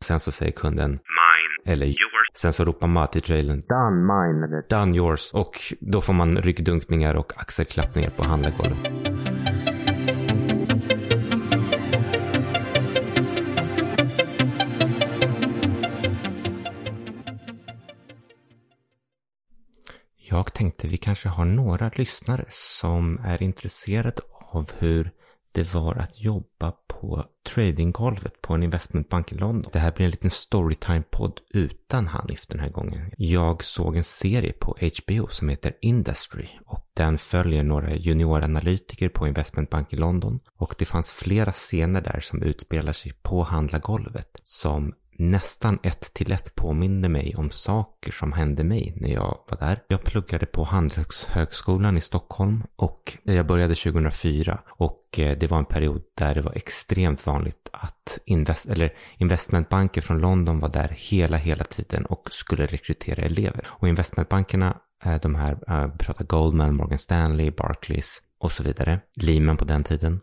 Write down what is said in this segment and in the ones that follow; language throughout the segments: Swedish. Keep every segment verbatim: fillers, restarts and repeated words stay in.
sen så säger kunden mine eller yours. Sen så ropar man till trailern done mine eller done yours. Och då får man ryggdunkningar och axelklappningar på handlargolvet. Jag tänkte vi kanske har några lyssnare som är intresserade av hur det var att jobba på tradinggolvet på en investmentbank i London. Det här blir en liten storytime-podd utan Hanif den här gången. Jag såg en serie på H B O som heter Industry och den följer några junioranalytiker på investmentbank i London. Och det fanns flera scener där som utspelar sig på handlargolvet som nästan ett till ett påminner mig om saker som hände mig när jag var där. Jag pluggade på Handelshögskolan i Stockholm och jag började tjugohundrafyra och det var en period där det var extremt vanligt att invest- eller investmentbanker från London var där hela hela tiden och skulle rekrytera elever. Och investmentbankerna, de här pratar Goldman, Morgan Stanley, Barclays och så vidare, Lehman på den tiden.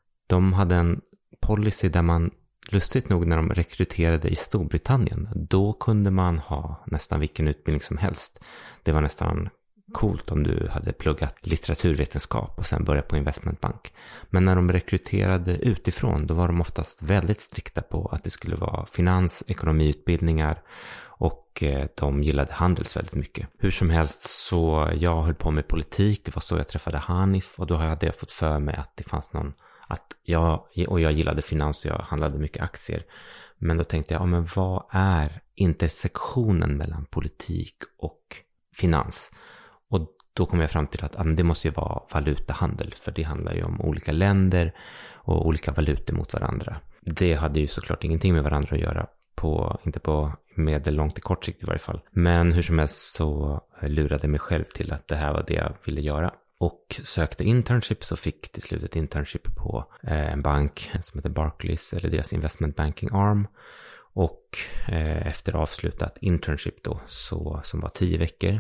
De hade en policy där man lustigt nog när de rekryterade i Storbritannien, då kunde man ha nästan vilken utbildning som helst. Det var nästan coolt om du hade pluggat litteraturvetenskap och sen börjat på investmentbank. Men när de rekryterade utifrån, då var de oftast väldigt strikta på att det skulle vara finans, ekonomiutbildningar och de gillade handels väldigt mycket. Hur som helst så jag höll på med politik, det var så jag träffade Hanif och då hade jag fått för mig att det fanns någon att jag, och jag gillade finans och jag handlade mycket aktier. Men då tänkte jag, ja, men vad är intersektionen mellan politik och finans? Och då kom jag fram till att ja, men det måste ju vara valutahandel. För det handlar ju om olika länder och olika valutor mot varandra. Det hade ju såklart ingenting med varandra att göra. På, inte på medellångt till kort sikt i varje fall. Men hur som helst så lurade jag mig själv till att det här var det jag ville göra. Och sökte internships och fick till slut ett internship på eh, en bank som heter Barclays eller deras investment banking arm. Och eh, efter avslutat internship då, så, som var tio veckor,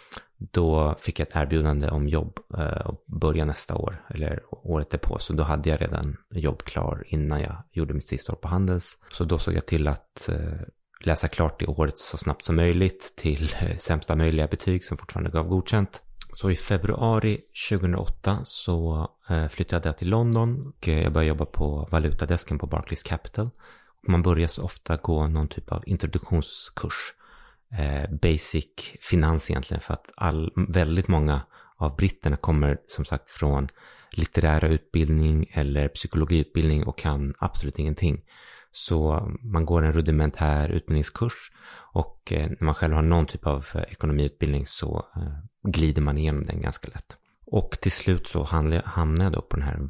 då fick jag ett erbjudande om jobb eh, och börja nästa år eller året därpå. Så då hade jag redan jobb klar innan jag gjorde mitt sista år på Handels. Så då såg jag till att eh, läsa klart i året så snabbt som möjligt till eh, sämsta möjliga betyg som fortfarande gav godkänt. Så i februari tjugohundraåtta så eh, flyttade jag till London och jag började jobba på valutadesken på Barclays Capital. Och man börjar så ofta gå någon typ av introduktionskurs. Eh, basic finans egentligen, för att all, väldigt många av britterna kommer som sagt från litterära utbildning eller psykologiutbildning och kan absolut ingenting. Så man går en rudimentär utbildningskurs och eh, när man själv har någon typ av eh, ekonomiutbildning så eh, glider man igenom den ganska lätt. Och till slut så hamnar jag då på den här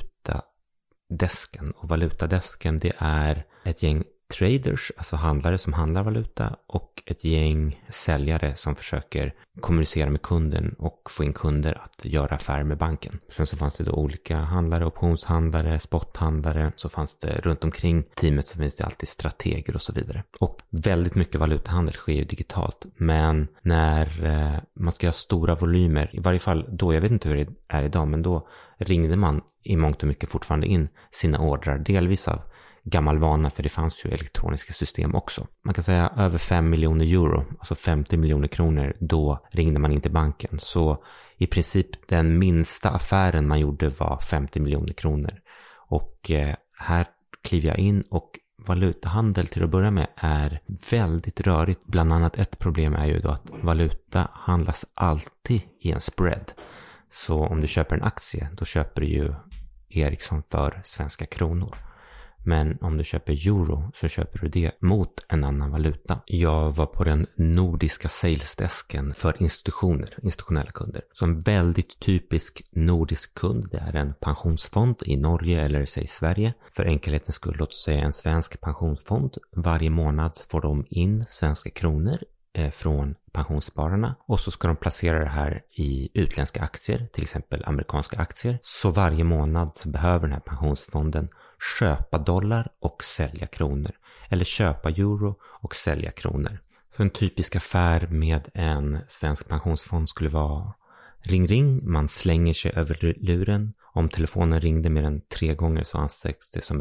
valutadesken. Och valutadesken, det är ett gäng traders, alltså handlare som handlar valuta, och ett gäng säljare som försöker kommunicera med kunden och få in kunder att göra affärer med banken. Sen så fanns det då olika handlare, optionshandlare, spothandlare, så fanns det runt omkring teamet så finns det alltid strateger och så vidare. Och väldigt mycket valutahandel sker ju digitalt, men när eh, man ska ha stora volymer, i varje fall då, jag vet inte hur det är idag, men då ringde man i mångt och mycket fortfarande in sina ordrar, delvis av gammal vana, för det fanns ju elektroniska system också. Man kan säga över fem miljoner euro, alltså femtio miljoner kronor, då ringde man in till banken. Så i princip den minsta affären man gjorde var femtio miljoner kronor. Och eh, här kliver jag in, och valutahandel till att börja med är väldigt rörigt. Bland annat ett problem är ju då att valuta handlas alltid i en spread. Så om du köper en aktie, då köper du ju Ericsson för svenska kronor. Men om du köper euro så köper du det mot en annan valuta. Jag var på den nordiska salesdesken för institutioner, institutionella kunder. Så en väldigt typisk nordisk kund, det är en pensionsfond i Norge eller säg Sverige. För enkelhetens skull, låt oss säga en svensk pensionsfond. Varje månad får de in svenska kronor eh, från pensionsspararna. Och så ska de placera det här i utländska aktier, till exempel amerikanska aktier. Så varje månad så behöver den här pensionsfonden köpa dollar och sälja kronor. Eller köpa euro och sälja kronor. Så en typisk affär med en svensk pensionsfond skulle vara ring ring. Man slänger sig över luren. Om telefonen ringde mer än tre gånger så ansågs det som ett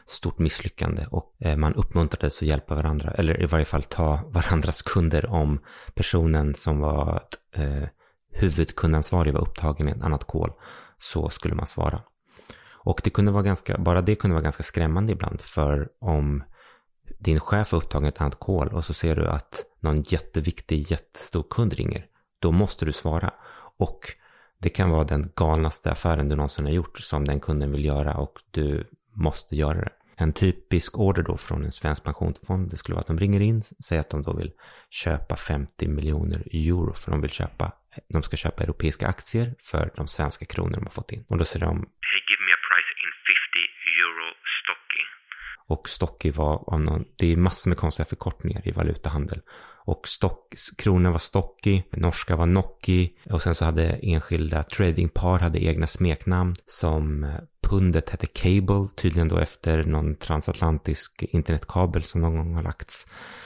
stort misslyckande och eh, man uppmuntrades att hjälpa varandra, eller i varje fall ta varandras kunder om personen som var eh, huvudkundansvarig var upptagen med ett annat call, så skulle man svara. Och det kunde vara ganska, bara det kunde vara ganska skrämmande ibland, för om din chef är upptagen i ett annat call och så ser du att någon jätteviktig, jättestor kund ringer, då måste du svara. Och det kan vara den galnaste affären du någonsin har gjort som den kunden vill göra och du måste göra det. En typisk order då från en svensk pensionsfond, det skulle vara att de ringer in, säger att de då vill köpa femtio miljoner euro, för de vill köpa, de ska köpa europeiska aktier för de svenska kronor de har fått in. Och då säger de: Hey, give me a price in fifty euro stocky. Och stocky var av någon, det är massor med konstiga förkortningar i valutahandel. Och stock, kronan var stocky, norska var nocki, och sen så hade enskilda tradingpar hade egna smeknamn, som pundet hette cable, tydligen då efter någon transatlantisk internetkabel som någon gång har lagts.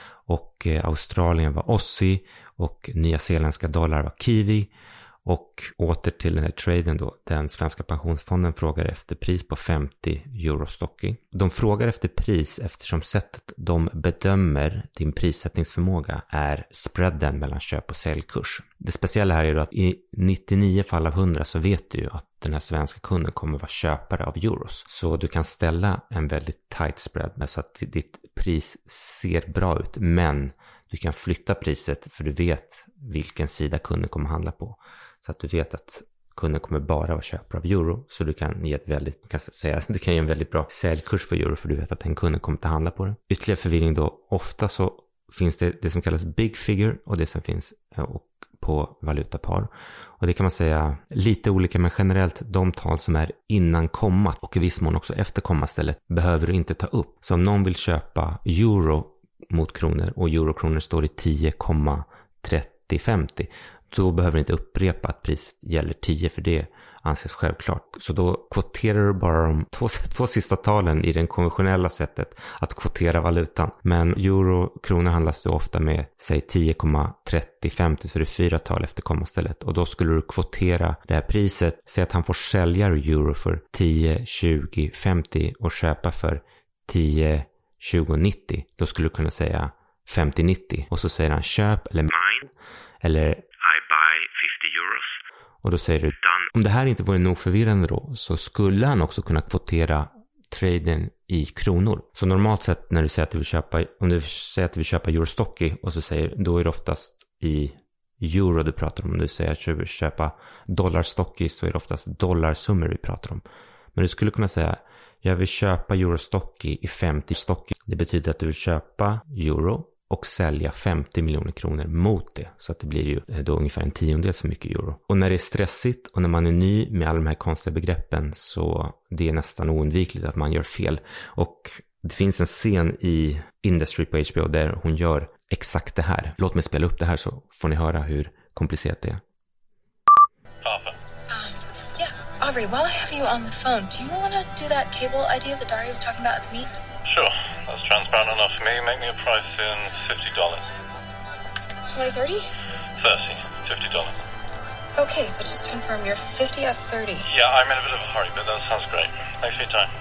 Och eh, Australien var Aussie och nya zeeländska dollar var kiwi. Och åter till den här traden då, den svenska pensionsfonden frågar efter pris på femtio euro stocky. De frågar efter pris eftersom sättet de bedömer din prissättningsförmåga är spreaden mellan köp- och säljkurs. Det speciella här är då att i nittionio fall av hundra så vet du ju att den här svenska kunden kommer vara köpare av euros. Så du kan ställa en väldigt tight spread så att ditt pris ser bra ut, men du kan flytta priset för du vet vilken sida kunden kommer handla på. Så att du vet att kunden kommer bara vara köpare av euro, så du kan ge ett väldigt, kan säga, du kan ge en väldigt bra säljkurs för euro, för du vet att den kunden kommer att handla på det. Ytterligare förvirring då, ofta så finns det det som kallas big figure och det som finns och på valutapar. Och det kan man säga lite olika, men generellt de tal som är innan kommat och i viss mån också efter kommastället behöver du inte ta upp. Så om någon vill köpa euro mot kronor och eurokronor står i tio komma trettio femtio, då behöver du inte upprepa att priset gäller tio, för det anses självklart. Så då kvoterar du bara de två, två sista talen i det konventionella sättet att kvotera valutan. Men euro-kronor handlas då ofta med, säg tio komma trettio femtio, så det är fyra tal efter kommastället. Och då skulle du kvotera det här priset, säg att han får sälja euro för tio tjugo femtio och köpa för tio tjugo nittio. Då skulle du kunna säga femtio nittio. Och så säger han köp eller mine eller I buy fifty euros. Och då säger du Done. Om det här inte vore nog förvirrande då, så skulle han också kunna kvotera traden i kronor. Så normalt sett när du säger att du vill köpa, om du säger att du vill köpa eurostocky och så säger, då är det oftast i euro du pratar om. Om du säger att du vill köpa dollarstocky så är det oftast dollarsummor vi pratar om. Men du skulle kunna säga, jag vill köpa eurostocky i femtio stocky. Det betyder att du vill köpa euro och sälja femtio miljoner kronor mot det. Så att det blir ju då ungefär en tiondel så mycket euro. Och när det är stressigt och när man är ny med alla de här konstiga begreppen, så det är nästan oundvikligt att man gör fel. Och det finns en scen i Industry på H B O där hon gör exakt det här. Låt mig spela upp det här så får ni höra hur komplicerat det är. Arthur. Um, yeah, Aubrey, while I have you on the phone, do you want to do that cable idea that Daria was talking about at the meet? Sure, that's transparent enough for me. Make me a price in fifty dollars. twenty, thirty? thirty, fifty dollars. Okay, so just to confirm, you're fifty or thirty? Yeah, I'm in a bit of a hurry, but that sounds great. Thanks for your time.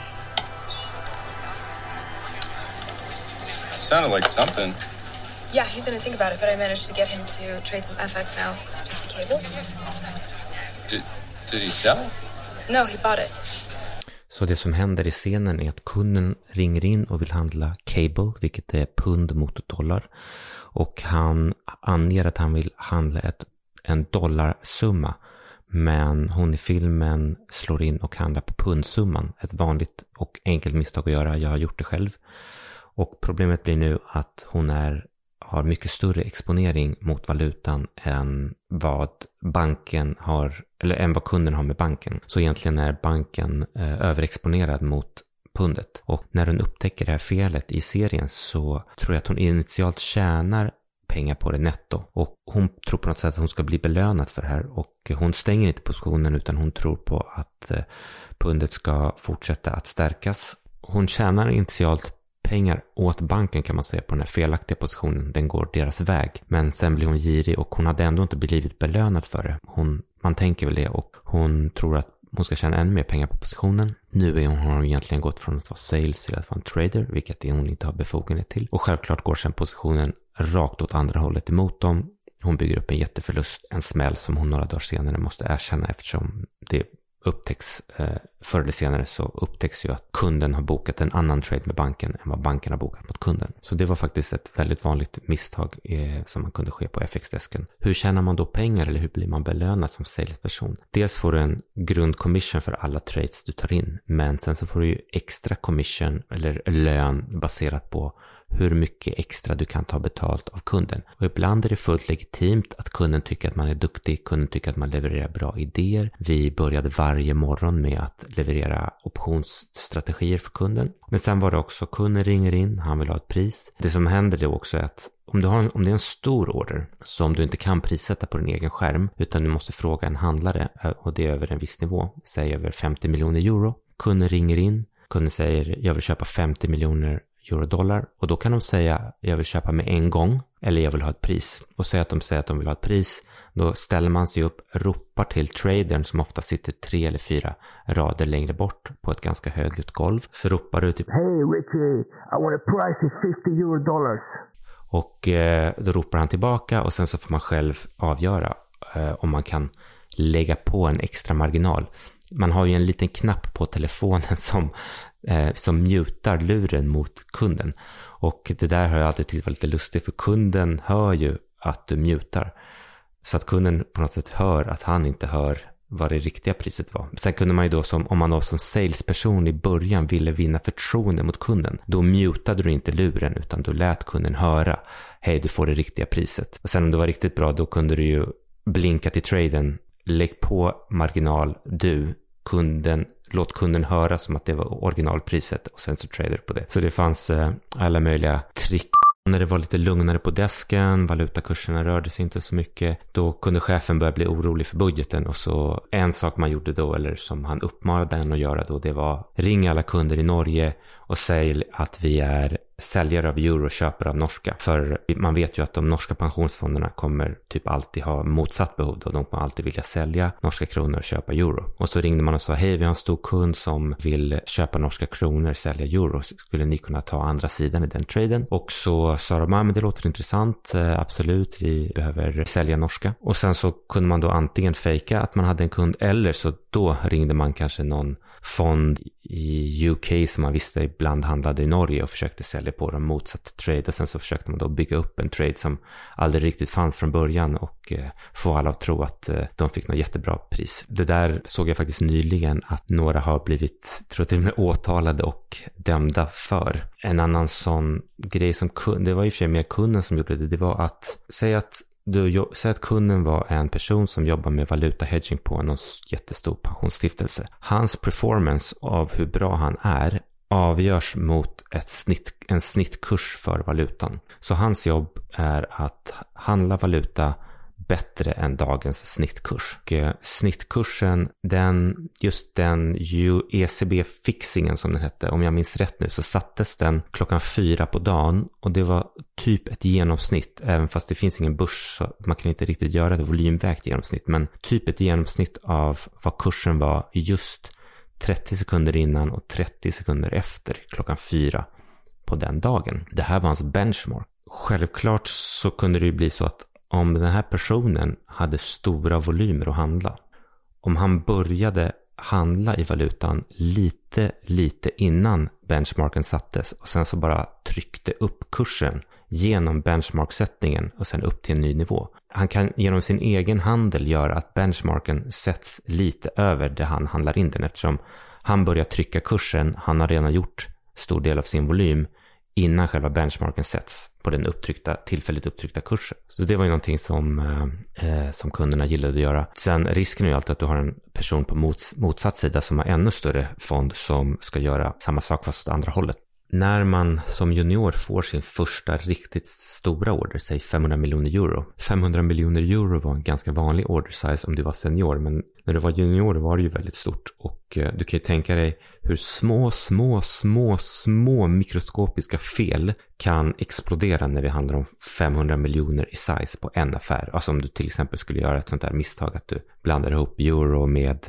Sounded like something. Yeah, he's going to think about it, but I managed to get him to trade some F X now. Empty cable? Did, did he sell? No, he bought it. Så det som händer i scenen är att kunden ringer in och vill handla cable, vilket är pund mot dollar. Och han anger att han vill handla ett, en dollarsumma. Men hon i filmen slår in och handlar på pundsumman. Ett vanligt och enkelt misstag att göra. Jag har gjort det själv. Och problemet blir nu att hon är, har mycket större exponering mot valutan än vad banken har, eller än vad kunden har med banken. Så egentligen är banken eh, överexponerad mot pundet. Och när hon upptäcker det här felet i serien så tror jag att hon initialt tjänar pengar på det netto. Och hon tror på något sätt att hon ska bli belönad för det här. Och hon stänger inte positionen utan hon tror på att eh, pundet ska fortsätta att stärkas. Hon tjänar initialt pengar åt banken kan man säga på den här felaktiga positionen. Den går deras väg. Men sen blir hon girig och hon hade ändå inte blivit belönad för det. Hon, man tänker väl det och hon tror att hon ska tjäna ännu mer pengar på positionen. Nu är hon, har hon egentligen gått från att vara sales till att vara en trader, vilket hon inte har befogenhet till. Och självklart går sen positionen rakt åt andra hållet emot dem. Hon bygger upp en jätteförlust, en smäll som hon några dagar senare måste erkänna, eftersom det upptäcks, eh, förr eller senare så upptäcks ju att kunden har bokat en annan trade med banken än vad banken har bokat mot kunden. Så det var faktiskt ett väldigt vanligt misstag eh, som man kunde ske på F X-desken. Hur tjänar man då pengar, eller hur blir man belönad som salesperson? Dels får du en grundcommission för alla trades du tar in, men sen så får du ju extra commission eller lön baserat på hur mycket extra du kan ta betalt av kunden. Och ibland är det fullt legitimt att kunden tycker att man är duktig, kunden tycker att man levererar bra idéer. Vi började varje morgon med att leverera optionsstrategier för kunden. Men sen var det också, kunden ringer in, han vill ha ett pris. Det som händer då också är att om, du har en, om det är en stor order som du inte kan prissätta på din egen skärm, utan du måste fråga en handlare, och det är över en viss nivå, säg över femtio miljoner euro. Kunden ringer in, kunden säger jag vill köpa femtio miljoner euro-dollar, och då kan de säga jag vill köpa med en gång eller jag vill ha ett pris. Och säga att de säger att de vill ha ett pris, då ställer man sig upp, ropar till tradern som ofta sitter tre eller fyra rader längre bort på ett ganska högljutt golv. Så ropar du typ Hey Richie, I want a price of fifty euro-dollars. Och eh, då ropar han tillbaka, och sen så får man själv avgöra eh, om man kan lägga på en extra marginal. Man har ju en liten knapp på telefonen som Eh, som mutar luren mot kunden. Och det där har jag alltid tyckt var lite lustigt, för kunden hör ju att du mutar. Så att kunden på något sätt hör att han inte hör vad det riktiga priset var. Sen kunde man ju då, som, om man då som salesperson i början ville vinna förtroende mot kunden, då mutade du inte luren, utan du lät kunden höra hej, du får det riktiga priset. Och sen om det var riktigt bra, då kunde du ju blinka till traden, lägg på marginal, du, kunden, låt kunden höra som att det var originalpriset, och sen så trader på det. Så det fanns eh, alla möjliga trick. När det var lite lugnare på desken, valutakurserna rörde sig inte så mycket, då kunde chefen börja bli orolig för budgeten. Och så en sak man gjorde då, eller som han uppmanade en att göra då, det var ring alla kunder i Norge och säg att vi är säljare av euro och köpare av norska. För man vet ju att de norska pensionsfonderna kommer typ alltid ha motsatt behov då. De kommer alltid vilja sälja norska kronor och köpa euro. Och så ringde man och sa, hej, vi har en stor kund som vill köpa norska kronor, sälja euro. Skulle ni kunna ta andra sidan i den traden? Och så sa de, ja men det låter intressant, absolut, vi behöver sälja norska. Och sen så kunde man då antingen fejka att man hade en kund, eller så då ringde man kanske någon fond i U K som man visste ibland handlade i Norge och försökte sälja på dem motsatt trade, och sen så försökte man då bygga upp en trade som aldrig riktigt fanns från början och eh, få alla att tro att eh, de fick något jättebra pris. Det där såg jag faktiskt nyligen att några har blivit, tror jag till och med, åtalade och dömda för. En annan sån grej som kund, det var ju för mer kunden som gjorde det, det var att säga att Du, säg att kunden var en person som jobbar med valutahedging på någon jättestor pensionsstiftelse. Hans performance av hur bra han är avgörs mot ett snitt, en snittkurs för valutan. Så hans jobb är att handla valuta bättre än dagens snittkurs. Och snittkursen, den, just den E C B-fixingen som den hette, om jag minns rätt nu, så sattes den klockan fyra på dagen, och det var typ ett genomsnitt, även fast det finns ingen börs så man kan inte riktigt göra det volymvägt genomsnitt, men typ ett genomsnitt av vad kursen var just trettio sekunder innan och trettio sekunder efter klockan fyra på den dagen. Det här var hans benchmark. Självklart så kunde det ju bli så att om den här personen hade stora volymer att handla, om han började handla i valutan lite, lite innan benchmarken sattes och sen så bara tryckte upp kursen genom benchmarksättningen och sen upp till en ny nivå. Han kan genom sin egen handel göra att benchmarken sätts lite över det han handlar in den, eftersom han börjar trycka kursen, han har redan gjort stor del av sin volym innan själva benchmarken sätts på den upptryckta, tillfälligt upptryckta kursen. Så det var ju någonting som, eh, som kunderna gillade att göra. Sen risken är ju alltid att du har en person på mots, motsatt sida som har ännu större fond som ska göra samma sak fast åt andra hållet. När man som junior får sin första riktigt stora order, säg femhundra miljoner euro. femhundra miljoner euro var en ganska vanlig order size om du var senior, men när du var junior var det ju väldigt stort. Och eh, du kan ju tänka dig hur små, små, små, små mikroskopiska fel kan explodera när vi handlar om femhundra miljoner i size på en affär. Alltså om du till exempel skulle göra ett sånt där misstag att du blandar ihop euro med,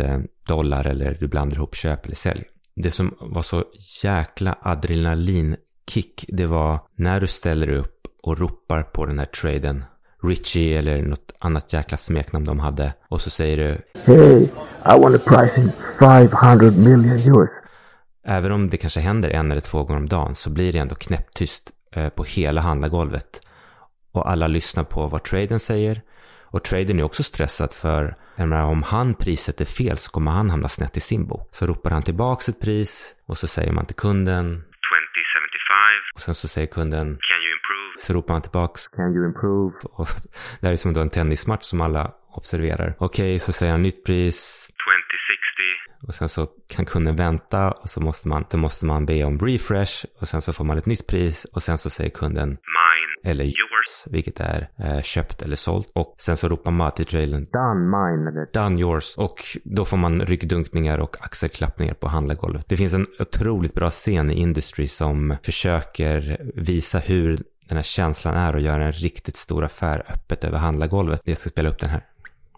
dollar eller du blandar ihop köp eller sälj. Det som var så jäkla adrenalinkick, det var när du ställer upp och ropar på den här traden, Richie eller något annat jäkla smeknamn de hade, och så säger du Hey, I want a price in five hundred million U S. Även om det kanske händer en eller två gånger om dagen så blir det ändå knäpptyst eh, på hela handlargolvet. Och alla lyssnar på vad traden säger. Och traden är också stressad för menar, om han priset är fel så kommer han hamna snett i sin bok. Så ropar han tillbaks ett pris och så säger man till kunden twenty seventy-five. Och sen så säger kunden Can you improve? Så ropar han tillbaks Can you improve? Och det här är som då en tennismatch som alla observerar. Okej, okay, så säger han nytt pris twenty sixty. Och sen så kan kunden vänta och så måste man, då måste man be om refresh och sen så får man ett nytt pris och sen så säger kunden mine eller yours, vilket är eh, köpt eller sålt, och sen så ropar man till trailern Done mine eller done yours, och då får man ryggdunkningar och axelklappningar på handlargolvet. Det finns en otroligt bra scen i Industry som försöker visa hur den här känslan är att göra en riktigt stor affär öppet över handlargolvet. Jag ska spela upp den här.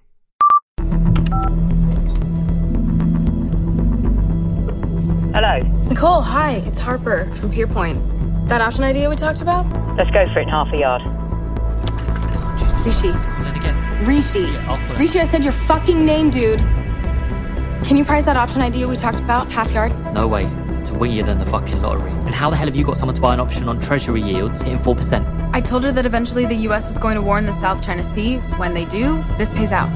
Hello. Nicole, hi. It's Harper from Pierpoint. That option idea we talked about? Let's go for it in half a yard. Rishi. Rishi. Rishi, I said your fucking name, dude. Can you price that option idea we talked about? Half yard? No way. It's wingier than the fucking lottery. And how the hell have you got someone to buy an option on treasury yields hitting four percent? I told her that eventually the U S is going to war in the South China Sea. When they do, this pays out.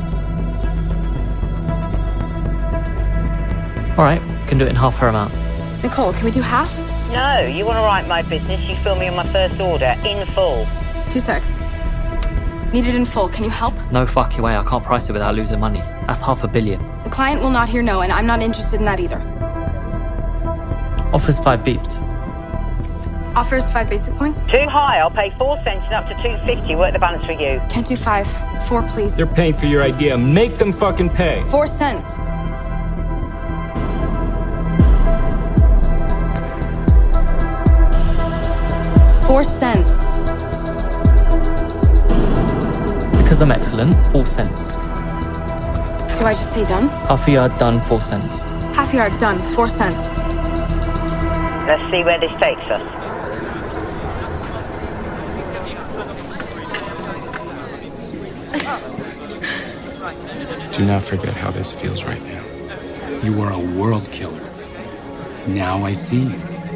All right, can do it in half her amount. Nicole, can we do half? No, you want to write my business, you fill me on my first order, in full. Two secs. Need it in full. Can you help? No fucking way, I can't price it without losing money. That's half a billion. The client will not hear no, and I'm not interested in that either. Offers five beeps. Offers five basic points. Too high, I'll pay four cents and up to two fifty, work the balance for you. Can't do five. Four, please. They're paying for your idea. Make them fucking pay. Four cents. Four cents. Because I'm excellent, four cents. Do I just say done? Half a yard done, four cents. Half yard done, four cents. Let's see where this takes us. Do not forget how this feels right now. You are a world killer. Now I see you.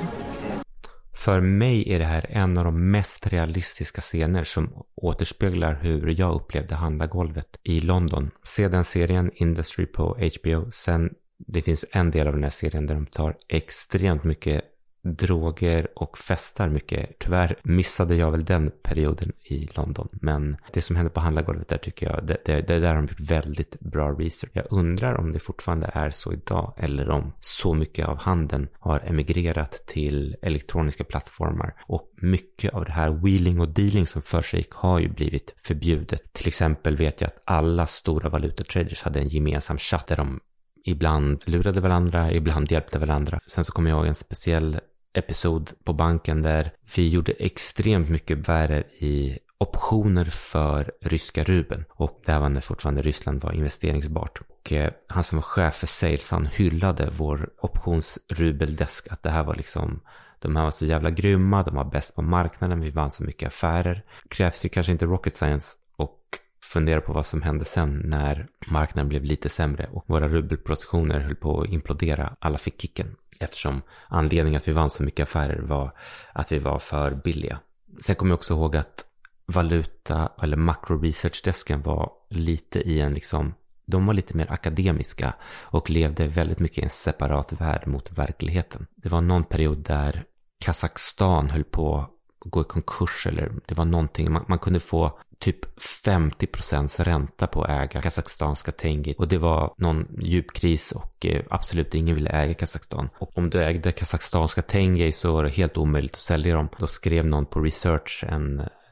För mig är det här en av de mest realistiska scener som återspeglar hur jag upplevde handlargolvet i London. Se den serien Industry på H B O. Sen det finns en del av den här serien där de tar extremt mycket droger och festar mycket. Tyvärr missade jag väl den perioden i London. Men det som hände på handlargolvet där tycker jag, det, det, det där har de gjort väldigt bra research. Jag undrar om det fortfarande är så idag eller om så mycket av handeln har emigrerat till elektroniska plattformar. Och mycket av det här wheeling och dealing som för sig har ju blivit förbjudet. Till exempel vet jag att alla stora valutatraders hade en gemensam chatt där de ibland lurade varandra, ibland hjälpte varandra. Sen så kommer jag ihåg en speciell episod på banken där vi gjorde extremt mycket värre i optioner för ryska rubeln. Och där var när fortfarande Ryssland var investeringsbart. Och eh, han som var chef för sales, han hyllade vår optionsrubeldesk, att det här var liksom, de här var så jävla grymma, de var bäst på marknaden, vi vann så mycket affärer. Krävs ju kanske inte rocket science och fundera på vad som hände sen när marknaden blev lite sämre och våra rubelpositioner höll på att implodera. Alla fick kicken eftersom anledningen att vi vann så mycket affärer var att vi var för billiga. Sen kommer jag också ihåg att valuta eller macro research-desken var lite i en liksom, de var lite mer akademiska och levde väldigt mycket i en separat värld mot verkligheten. Det var någon period där Kazakstan höll på att gå i konkurs, eller det var någonting, man, man kunde få typ femtio procent ränta på att äga kazakstanska tenge, och det var någon djup kris och eh, absolut ingen ville äga Kazakstan. Och om du ägde kazakstanska tenge så var det helt omöjligt att sälja dem. Då skrev någon på research en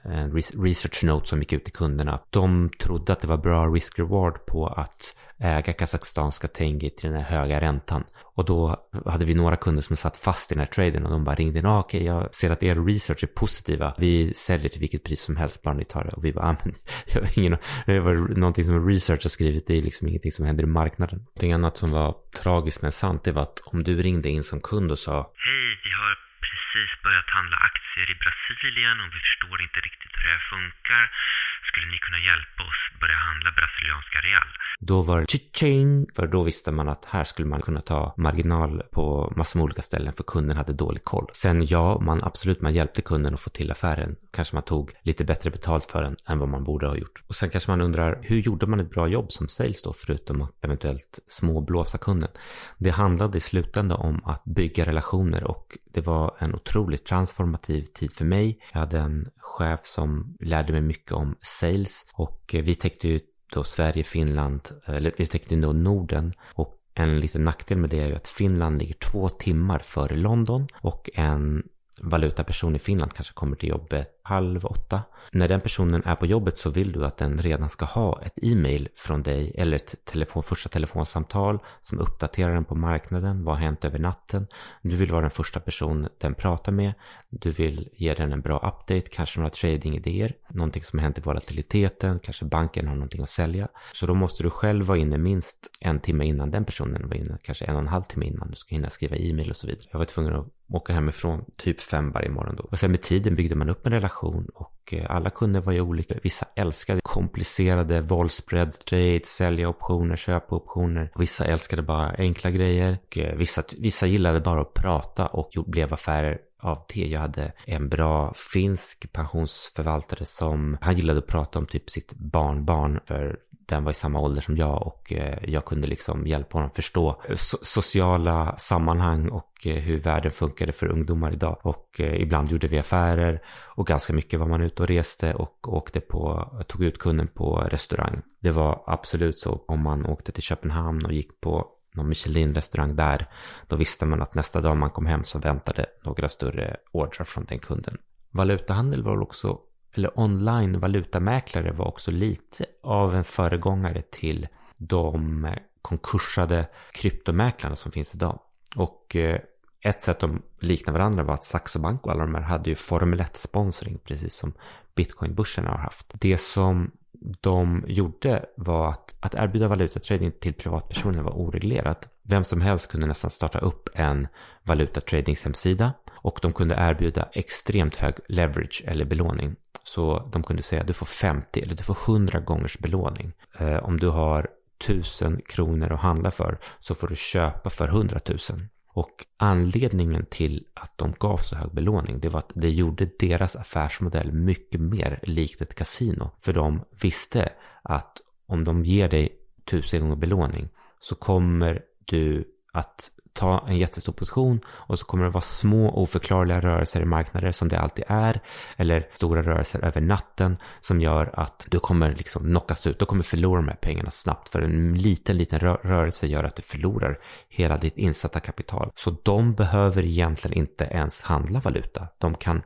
en research note som gick ut till kunderna. De trodde att det var bra risk-reward på att äga kazakstanska tenge till den här höga räntan. Och då hade vi några kunder som satt fast i den här traden och de bara ringde in. Ah, okej, jag ser att er research är positiva. Vi säljer till vilket pris som helst bara ni tar det. Och vi bara, ah, men jag har ingen, det var någonting som research har skrivit. Det är liksom ingenting som händer i marknaden. Någonting annat som var tragiskt men sant, det var att om du ringde in som kund och sa: hej, vi har precis börjat handla aktier i Brasilien och vi förstår inte riktigt hur det funkar. Skulle ni kunna hjälpa oss börja handla brasilianska real? Då var det tjing, för då visste man att här skulle man kunna ta marginal på massor med olika ställen för kunden hade dålig koll. Sen ja, man absolut, man hjälpte kunden att få till affären. Kanske man tog lite bättre betalt för den än vad man borde ha gjort. Och sen kanske man undrar, hur gjorde man ett bra jobb som sales då, förutom att eventuellt småblåsa kunden? Det handlade i slutändan om att bygga relationer och det var en otroligt transformativ tid för mig. Jag hade en chef som lärde mig mycket om sales och vi täckte ju då Sverige, Finland, eller vi täckte då Norden, och en liten nackdel med det är ju att Finland ligger två timmar före London och en valutaperson i Finland kanske kommer till jobbet halv åtta. När den personen är på jobbet så vill du att den redan ska ha ett e-mail från dig eller ett telefon, första telefonsamtal som uppdaterar den på marknaden, vad har hänt över natten. Du vill vara den första person den pratar med. Du vill ge den en bra update, kanske några tradingidéer, någonting som har hänt i volatiliteten, kanske banken har någonting att sälja. Så då måste du själv vara inne minst en timme innan den personen var inne, kanske en och en halv timme innan du ska hinna skriva e-mail och så vidare. Jag var tvungen att åka hemifrån typ fem varje morgon då. Och sen med tiden byggde man upp en relation och alla kunder var ju olika. Vissa älskade komplicerade våldspread trades, sälja optioner, köpa optioner. Vissa älskade bara enkla grejer. Och vissa, vissa gillade bara att prata och blev affärer av det. Jag hade en bra finsk pensionsförvaltare som, han gillade att prata om typ sitt barnbarn, för den var i samma ålder som jag och jag kunde liksom hjälpa honom förstå so- sociala sammanhang och hur världen funkade för ungdomar idag. Och ibland gjorde vi affärer och ganska mycket var man ute och reste och åkte på, tog ut kunden på restaurang. Det var absolut så, om man åkte till Köpenhamn och gick på någon Michelin-restaurang där, då visste man att nästa dag man kom hem så väntade några större ordrar från den kunden. Valutahandel var också, eller online valutamäklare var också lite av en föregångare till de konkursade kryptomäklarna som finns idag. Och ett sätt att likna varandra var att Saxo Bank och alla de här hade ju Formel ett-sponsring, precis som Bitcoin-börsen har haft. Det som de gjorde var att, att erbjuda valutatrading till privatpersoner var oreglerat. Vem som helst kunde nästan starta upp en valutatradingshemsida och de kunde erbjuda extremt hög leverage eller belåning. Så de kunde säga att du får femtio eller du får hundra gångers belåning. Eh, om du har tusen kronor att handla för så får du köpa för hundratusen. Och anledningen till att de gav så hög belåning, det var att det gjorde deras affärsmodell mycket mer likt ett kasino. För de visste att om de ger dig tusen gånger belåning så kommer du att ta en jättestor position och så kommer det vara små oförklarliga rörelser i marknader som det alltid är, eller stora rörelser över natten som gör att du kommer liksom knockas ut. Du kommer förlora de här pengarna snabbt, för en liten liten rö- rörelse gör att du förlorar hela ditt insatta kapital. Så de behöver egentligen inte ens handla valuta. De kan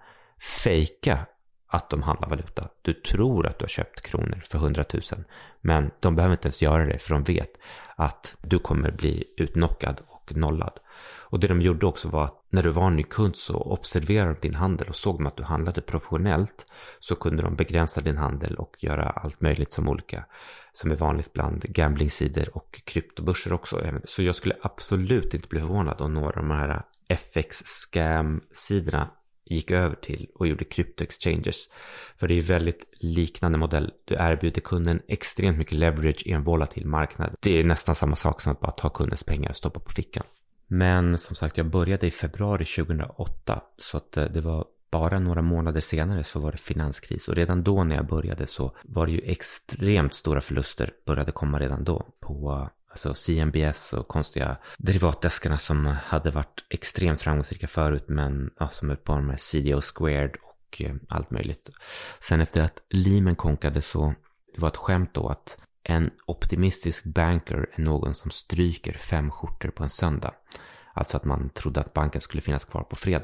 fejka att de handlar valuta. Du tror att du har köpt kronor för hundratusen, men de behöver inte ens göra det, för de vet att du kommer bli utnockad och nollad. Och det de gjorde också var att när du var en ny kund så observerade de din handel och såg de att du handlade professionellt, så kunde de begränsa din handel och göra allt möjligt som olika, som är vanligt bland gamblingsidor och kryptobörser också. Så jag skulle absolut inte bli förvånad om några av de här F X-scam-sidorna gick över till och gjorde crypto-exchanges. För det är ju väldigt liknande modell. Du erbjuder kunden extremt mycket leverage i en volatil marknad. Det är nästan samma sak som att bara ta kundens pengar och stoppa på fickan. Men som sagt, jag började i februari tjugohundraåtta, så att det var bara några månader senare så var det finanskris. Och redan då när jag började så var det ju extremt stora förluster började komma redan då på alltså C M B S och konstiga derivatdeskarna som hade varit extremt framgångsrika förut, men ja, som är på med C D O Squared och eh, allt möjligt. Sen efter att Lehman konkade så det var ett skämt då att en optimistisk banker är någon som stryker fem skjortor på en söndag. Alltså att man trodde att banken skulle finnas kvar på fredag.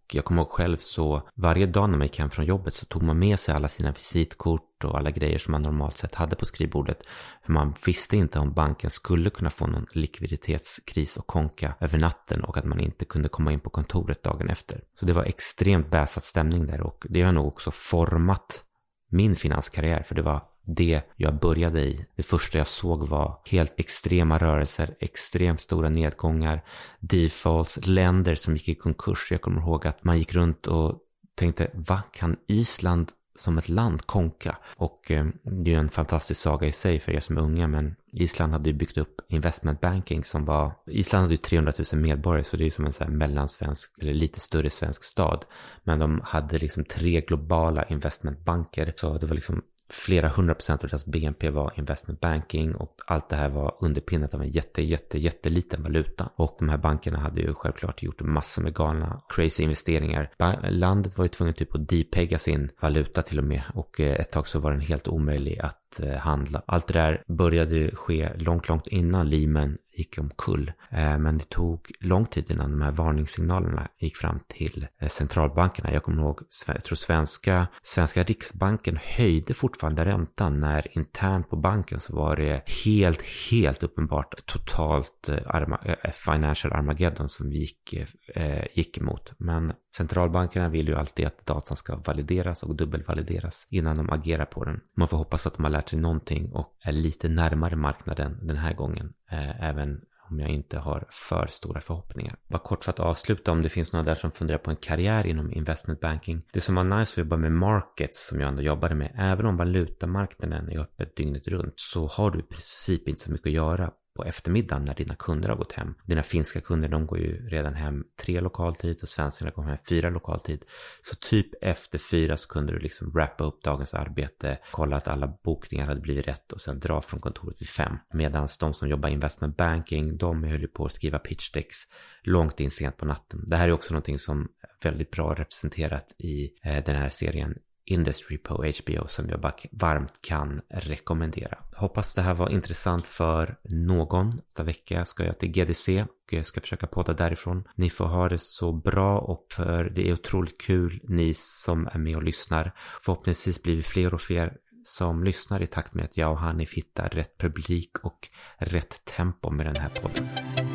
jag kommer ihåg själv så varje dag när man gick hem från jobbet så tog man med sig alla sina visitkort och alla grejer som man normalt sett hade på skrivbordet. För man visste inte om banken skulle kunna få någon likviditetskris och konka över natten och att man inte kunde komma in på kontoret dagen efter. Så det var extremt bäsat stämning där och det har nog också format min finanskarriär, för det var det jag började i. Det första jag såg var helt extrema rörelser, extremt stora nedgångar, defaults, länder som gick i konkurs. Jag kommer ihåg att man gick runt och tänkte, vad kan Island som ett land konka? Och eh, det är ju en fantastisk saga i sig för er som är unga, men Island hade ju byggt upp investment banking som var, Island hade ju trehundratusen medborgare, så det är ju som en så här mellansvensk eller lite större svensk stad, men de hade liksom tre globala investmentbanker, så det var liksom flera hundra procent av deras B N P var investment banking och allt det här var underpinnat av en jätte, jätte, jätteliten valuta. Och de här bankerna hade ju självklart gjort massor med galna, crazy investeringar. Landet var ju tvungen typ att depegga sin valuta till och med och ett tag så var den helt omöjlig att handla. Allt det där började ske långt, långt innan Lehman gick omkull. Men det tog lång tid innan de här varningssignalerna gick fram till centralbankerna. Jag kommer ihåg, jag tror svenska, svenska Riksbanken höjde fortfarande räntan när internt på banken så var det helt, helt uppenbart totalt arma, financial armageddon som vi gick, eh, gick emot. Men centralbankerna vill ju alltid att datan ska valideras och dubbelvalideras innan de agerar på den. Man får hoppas att de har lärt sig någonting och är lite närmare marknaden den här gången. Eh, även om jag inte har för stora förhoppningar. Bara kort för att avsluta, om det finns några där som funderar på en karriär inom investment banking. Det som var nice att jobba med markets som jag ändå jobbade med, även om valutamarknaden är öppet dygnet runt, så har du i princip inte så mycket att göra på eftermiddagen när dina kunder har gått hem. Dina finska kunder, de går ju redan hem tre lokaltid och svenskarna går hem fyra lokaltid. Så typ efter fyra så kunde du liksom wrappa upp dagens arbete, kolla att alla bokningar hade blivit rätt och sen dra från kontoret vid fem. Medan de som jobbar investment banking, de höll ju på att skriva pitch decks långt in sent på natten. Det här är också någonting som är väldigt bra representerat i eh, den här serien Industry på H B O som jag bara varmt kan rekommendera. Hoppas det här var intressant för någon. Nästa vecka ska jag till G D C och jag ska försöka podda därifrån. Ni får ha det så bra och för det är otroligt kul ni som är med och lyssnar. Förhoppningsvis blir vi fler och fler som lyssnar i takt med att jag och Hanif hittar rätt publik och rätt tempo med den här podden.